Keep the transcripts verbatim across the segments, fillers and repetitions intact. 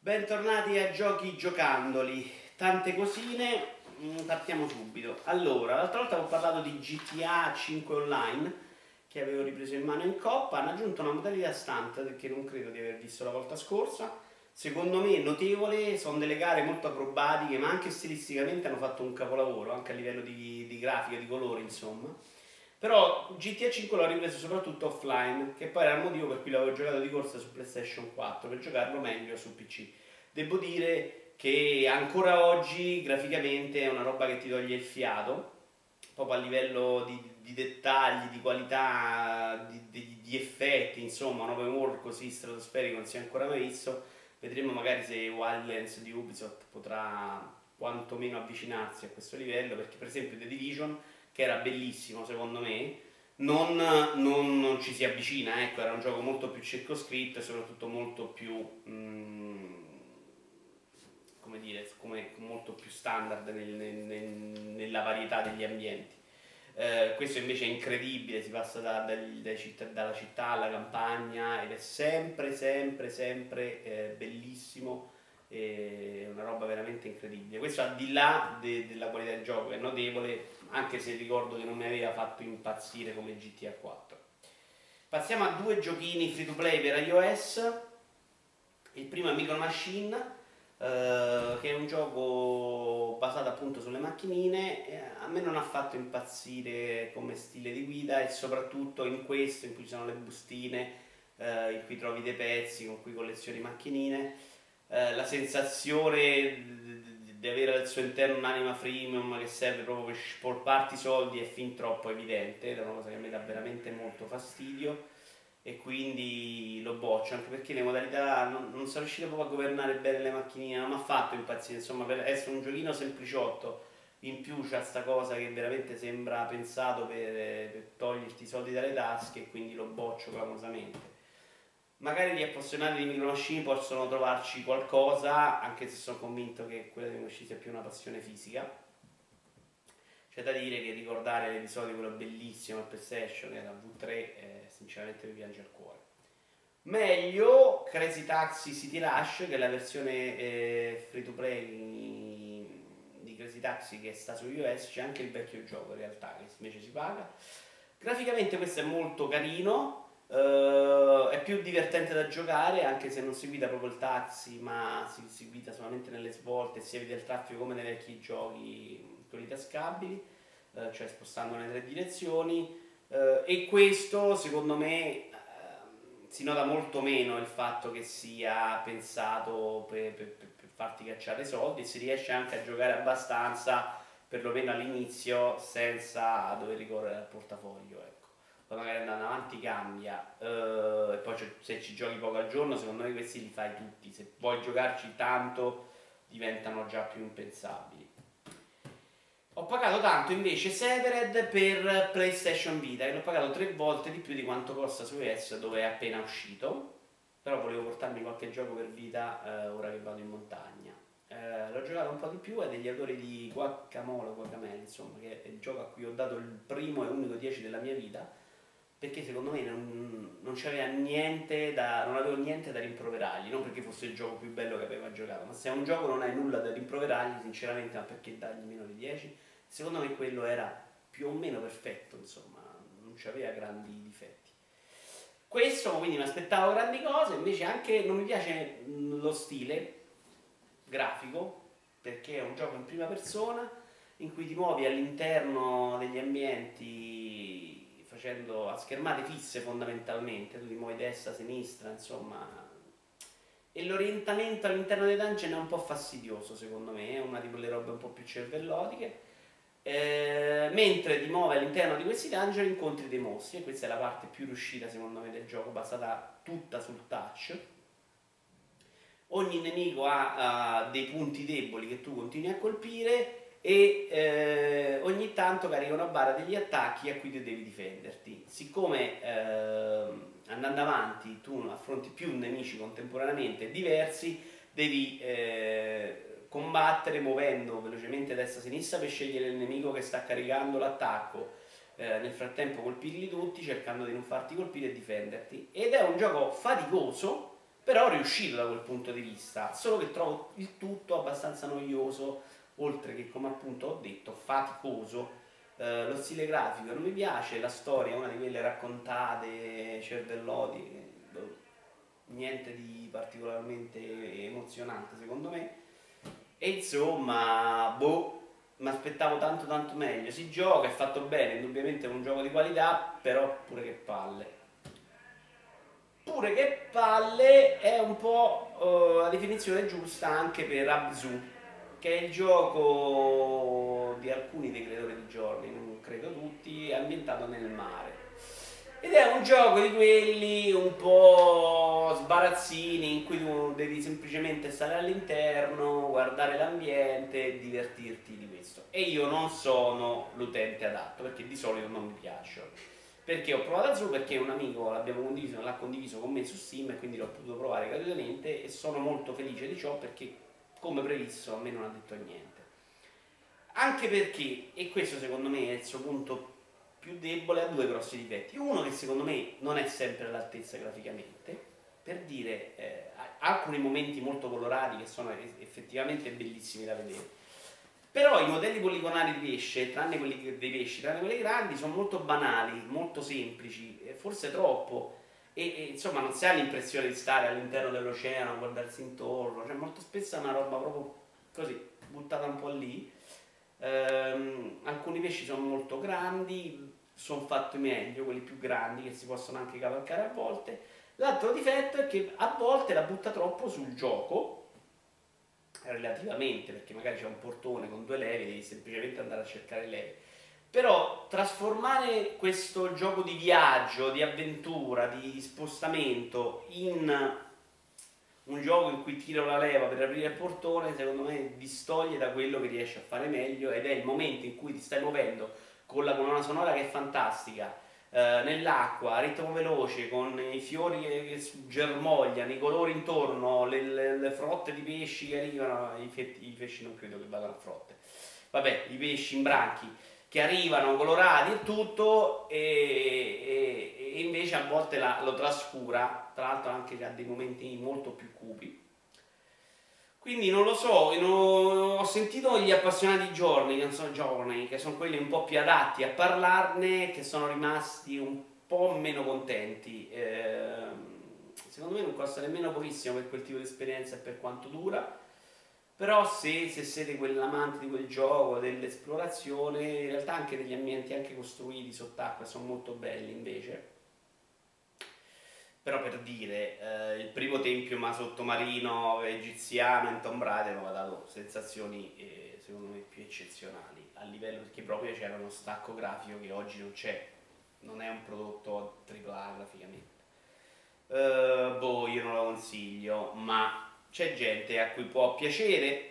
Bentornati a Giochi Giocandoli, tante cosine, partiamo subito. Allora, l'altra volta ho parlato di G T A cinque Online, che avevo ripreso in mano in coppa, hanno aggiunto una modalità stunt che non credo di aver visto la volta scorsa, secondo me notevole, sono delle gare molto acrobatiche, ma anche stilisticamente hanno fatto un capolavoro, anche a livello di, di grafica, di colori, insomma. Però G T A cinque l'ho ripreso soprattutto offline, che poi era il motivo per cui l'avevo giocato di corsa su PlayStation quattro, per giocarlo meglio su P C. Devo dire che ancora oggi graficamente è una roba che ti toglie il fiato, proprio a livello di, di dettagli, di qualità, di, di- di effetti, insomma, un open world così stratosferico non si è ancora mai visto. Vedremo magari se Wildlands di Ubisoft potrà quantomeno avvicinarsi a questo livello, perché per esempio The Division, che era bellissimo secondo me, non, non- non ci si avvicina, ecco, era un gioco molto più circoscritto e soprattutto molto più, mm, come dire, come- molto più standard nel- nel- nel- nella varietà degli ambienti. Eh, questo invece è incredibile, si passa da- dagli- dai città- dalla città alla campagna ed è sempre, sempre, sempre eh, bellissimo, è una roba veramente incredibile. Questo al di là de- della qualità del gioco, è notevole, anche se ricordo che non mi aveva fatto impazzire come G T A quattro. Passiamo a due giochini free to play per iOS. Il primo è Micro Machine, eh, che è un gioco basato appunto sulle macchinine. Eh, a me non ha fatto impazzire come stile di guida e soprattutto in questo, in cui ci sono le bustine, eh, in cui trovi dei pezzi, con cui collezioni macchinine, eh, la sensazione di, di avere al suo interno un'anima freemium che serve proprio per spolparti i soldi è fin troppo evidente, ed è una cosa che mi dà veramente molto fastidio e quindi lo boccio, anche perché le modalità non, non sono riuscito proprio a governare bene le macchinine, non mi ha fatto impazzire, insomma, per essere un giochino sempliciotto, in più c'è sta cosa che veramente sembra pensato per, per toglierti i soldi dalle tasche e quindi lo boccio clamorosamente. Magari gli appassionati di Micro Machine possono trovarci qualcosa, anche se sono convinto che quella di Micro Machine sia più una passione fisica. C'è da dire che ricordare l'episodio quello bellissimo al PlayStation, che era V tre, eh, sinceramente mi piange al cuore. Meglio Crazy Taxi City Rush, che è la versione eh, free to play di Crazy Taxi che sta su iOS, c'è anche il vecchio gioco in realtà, che invece si paga. Graficamente questo è molto carino, eh, è più divertente da giocare, anche se non si guida proprio il taxi, ma si, si guida solamente nelle svolte e si evita il traffico come nei vecchi giochi, quelli tascabili, eh, cioè spostando nelle tre direzioni. Eh, e questo secondo me ehm, si nota molto meno il fatto che sia pensato per, per- per- per farti cacciare soldi, e si riesce anche a giocare abbastanza, perlomeno all'inizio, senza dover ricorrere al portafoglio, ecco. Poi magari andando avanti cambia, eh, e poi c'è- se ci giochi poco al giorno, secondo me questi li fai tutti, se vuoi giocarci tanto diventano già più impensabili. Ho pagato tanto invece Severed per PlayStation Vita, e l'ho pagato tre volte di più di quanto costa su iOS, dove è appena uscito. Però volevo portarmi qualche gioco per Vita, eh, ora che vado in montagna. Eh, l'ho giocato un po' di più, è degli autori di Guacamole, Guacamele, insomma, che è il gioco a cui ho dato il primo e unico dieci della mia vita, perché secondo me non, non c'aveva niente da, non avevo niente da rimproverargli, non perché fosse il gioco più bello che aveva giocato, ma se a un gioco non hai nulla da rimproverargli, sinceramente, ma perché dargli meno di dieci? Secondo me quello era più o meno perfetto, insomma, non c'aveva grandi difetti. Questo, quindi mi aspettavo grandi cose, invece anche non mi piace mh, lo stile grafico, perché è un gioco in prima persona in cui ti muovi all'interno degli ambienti facendo a schermate fisse fondamentalmente, tu ti muovi destra, sinistra, insomma, e l'orientamento all'interno dei dungeon è un po' fastidioso secondo me, è una di quelle robe un po' più cervellotiche. Eh, mentre ti muovi all'interno di questi dungeon incontri dei mostri, e questa è la parte più riuscita secondo me del gioco, basata tutta sul touch. Ogni nemico ha, ha dei punti deboli che tu continui a colpire e eh, ogni tanto carica una barra degli attacchi a cui tu devi difenderti. Siccome eh, andando avanti tu affronti più nemici contemporaneamente diversi, devi eh, combattere muovendo velocemente destra-sinistra per scegliere il nemico che sta caricando l'attacco, eh, nel frattempo colpirli tutti cercando di non farti colpire e difenderti. Ed è un gioco faticoso, però riuscito da quel punto di vista, solo che trovo il tutto abbastanza noioso, oltre che, come appunto ho detto, faticoso. Eh, lo stile grafico non mi piace, la storia è una di quelle raccontate, cervellotiche, boh, niente di particolarmente emozionante secondo me, e insomma, boh, mi aspettavo tanto tanto meglio. Si gioca, è fatto bene, indubbiamente è un gioco di qualità, però pure che palle. Pure che palle è un po' uh, la definizione giusta anche per Abzu, che è il gioco di alcuni dei creatori di Giorni, non credo tutti, ambientato nel mare. Ed è un gioco di quelli un po' sbarazzini in cui tu devi semplicemente stare all'interno, guardare l'ambiente e divertirti di questo. E io non sono l'utente adatto perché di solito non mi piacciono. Perché ho provato Azul? Perché un amico l'abbiamo condiviso, l'ha condiviso con me su Steam e quindi l'ho potuto provare gratuitamente e sono molto felice di ciò perché, come previsto, a me non ha detto niente. Anche perché, e questo secondo me è il suo punto più debole, ha due grossi difetti. Uno che secondo me non è sempre all'altezza graficamente, per dire, eh, ha alcuni momenti molto colorati che sono effettivamente bellissimi da vedere. Però i modelli poligonali di pesce, tranne quelli dei pesci, tranne quelli grandi, sono molto banali, molto semplici, forse troppo. E, e insomma non si ha l'impressione di stare all'interno dell'oceano a guardarsi intorno, cioè molto spesso è una roba proprio così, buttata un po' lì. Ehm, alcuni pesci sono molto grandi, sono fatti meglio, quelli più grandi che si possono anche cavalcare a volte. L'altro difetto è che a volte la butta troppo sul gioco, relativamente, perché magari c'è un portone con due leve, devi semplicemente andare a cercare le leve. Però trasformare questo gioco di viaggio, di avventura, di spostamento in un gioco in cui tiro la leva per aprire il portone, secondo me distoglie da quello che riesce a fare meglio, ed è il momento in cui ti stai muovendo con la colonna sonora che è fantastica, eh, nell'acqua, a ritmo veloce, con i fiori che, che germogliano, i colori intorno, le, le, le frotte di pesci che arrivano, i, fetti, i pesci non credo che vadano a frotte, vabbè, i pesci in branchi che arrivano colorati e tutto, e, e, e invece a volte la, lo trascura, tra l'altro anche ha dei momenti molto più cupi. Quindi non lo so, non, ho sentito gli appassionati giorni, che non sono giorni, che sono quelli un po' più adatti a parlarne, che sono rimasti un po' meno contenti. Eh, secondo me non costa nemmeno pochissimo per quel tipo di esperienza e per quanto dura. Però se, se siete quell'amante di quel gioco, dell'esplorazione, in realtà anche degli ambienti anche costruiti sott'acqua sono molto belli invece. Però per dire, eh, il primo tempio ma sottomarino egiziano in Tomb Raider mi ha dato sensazioni eh, secondo me più eccezionali, a livello perché proprio c'era uno stacco grafico che oggi non c'è, non è un prodotto tripla A graficamente. Uh, boh, io non lo consiglio, ma c'è gente a cui può piacere.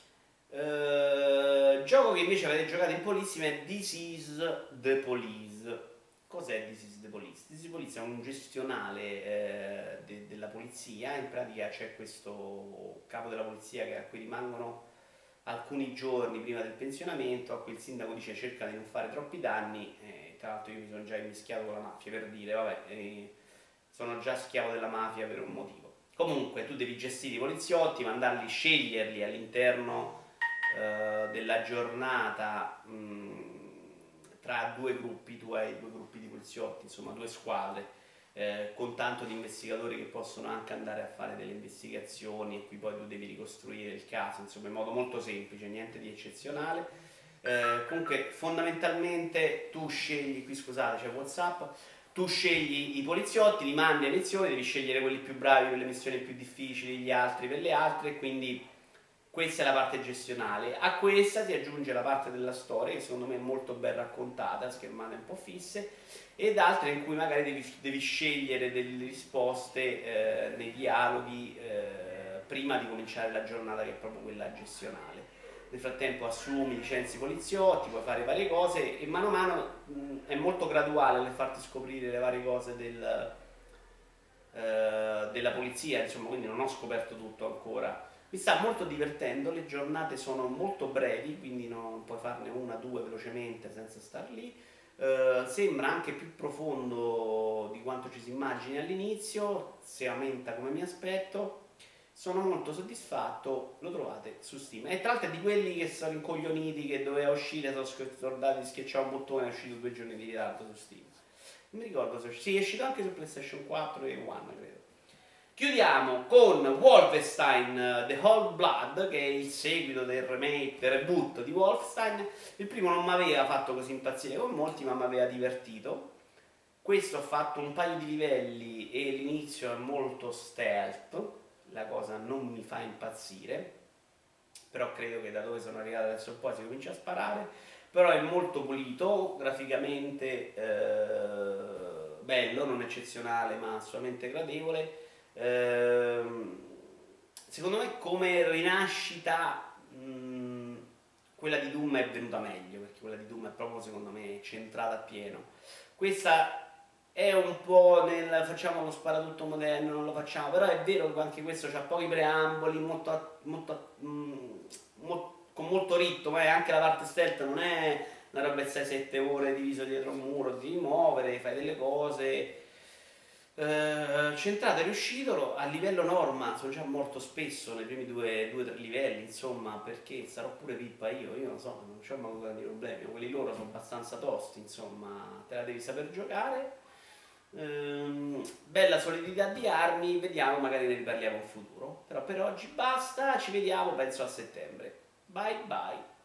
Uh, gioco che invece avete giocato in Polissima è This is the Police. Cos'è This is the Police? This is the Police è un gestionale eh, de della polizia, in pratica c'è questo capo della polizia che, a cui rimangono alcuni giorni prima del pensionamento, a cui il sindaco dice cerca di non fare troppi danni, eh, tra l'altro io mi sono già immischiato con la mafia per dire, vabbè, eh, sono già schiavo della mafia per un motivo. Comunque tu devi gestire i poliziotti, mandarli, sceglierli all'interno eh, della giornata mh, tra due gruppi, tu hai due gruppi di poliziotti, insomma due squadre, eh, con tanto di investigatori che possono anche andare a fare delle investigazioni e qui poi tu devi ricostruire il caso, insomma in modo molto semplice, niente di eccezionale. Eh, comunque fondamentalmente tu scegli, qui scusate c'è WhatsApp, tu scegli i poliziotti, li mandi a lezione, devi scegliere quelli più bravi per le missioni più difficili, gli altri per le altre, quindi questa è la parte gestionale. A questa si aggiunge la parte della storia, che secondo me è molto ben raccontata, schermate un po' fisse, ed altre in cui magari devi, devi scegliere delle risposte eh, nei dialoghi eh, prima di cominciare la giornata, che è proprio quella gestionale. Nel frattempo assumi, licenzi i poliziotti, puoi fare varie cose e mano a mano mh, è molto graduale nel farti scoprire le varie cose del, eh, della polizia, insomma, quindi non ho scoperto tutto ancora. Mi sta molto divertendo, le giornate sono molto brevi, quindi non puoi farne una, due velocemente senza star lì. Eh, sembra anche più profondo di quanto ci si immagini all'inizio, si aumenta come mi aspetto. Sono molto soddisfatto, lo trovate su Steam. E tra l'altro è di quelli che sono incoglioniti, che doveva uscire, sono scordati di schiacciare un bottone, è uscito due giorni di ritardo su Steam. Non mi ricordo se è uscito, sì, è uscito anche su PlayStation quattro e One, credo. Chiudiamo con Wolfenstein uh, The Old Blood, che è il seguito del remake, del reboot di Wolfenstein. Il primo non mi aveva fatto così impazzire con molti, ma mi aveva divertito. Questo ho fatto un paio di livelli e l'inizio è molto stealth, la cosa non mi fa impazzire, però credo che da dove sono arrivato adesso poi si comincia a sparare. Però è molto pulito, graficamente eh, bello, non eccezionale ma assolutamente gradevole. Ehm, secondo me come rinascita mh, quella di Doom è venuta meglio, perché quella di Doom è proprio secondo me centrata appieno. Questa è un po' nel facciamo lo sparatutto moderno, non lo facciamo, però è vero che anche questo ha pochi preamboli, molto, molto, mh, mo- con molto ritmo, e anche la parte stealth non è una roba sei sette ore diviso dietro un muro, ti devi muovere, fai delle cose. Eh, centrato è riuscito, a livello norma sono già morto spesso nei primi due o tre livelli, insomma, perché sarò pure pippa io, io non so, non c'ho mai avuto grandi problemi, quelli loro sono abbastanza tosti, insomma, te la devi saper giocare. Ehm, bella solidità di armi, vediamo, magari ne riparliamo in futuro, però per oggi basta, ci vediamo penso a settembre. Bye bye.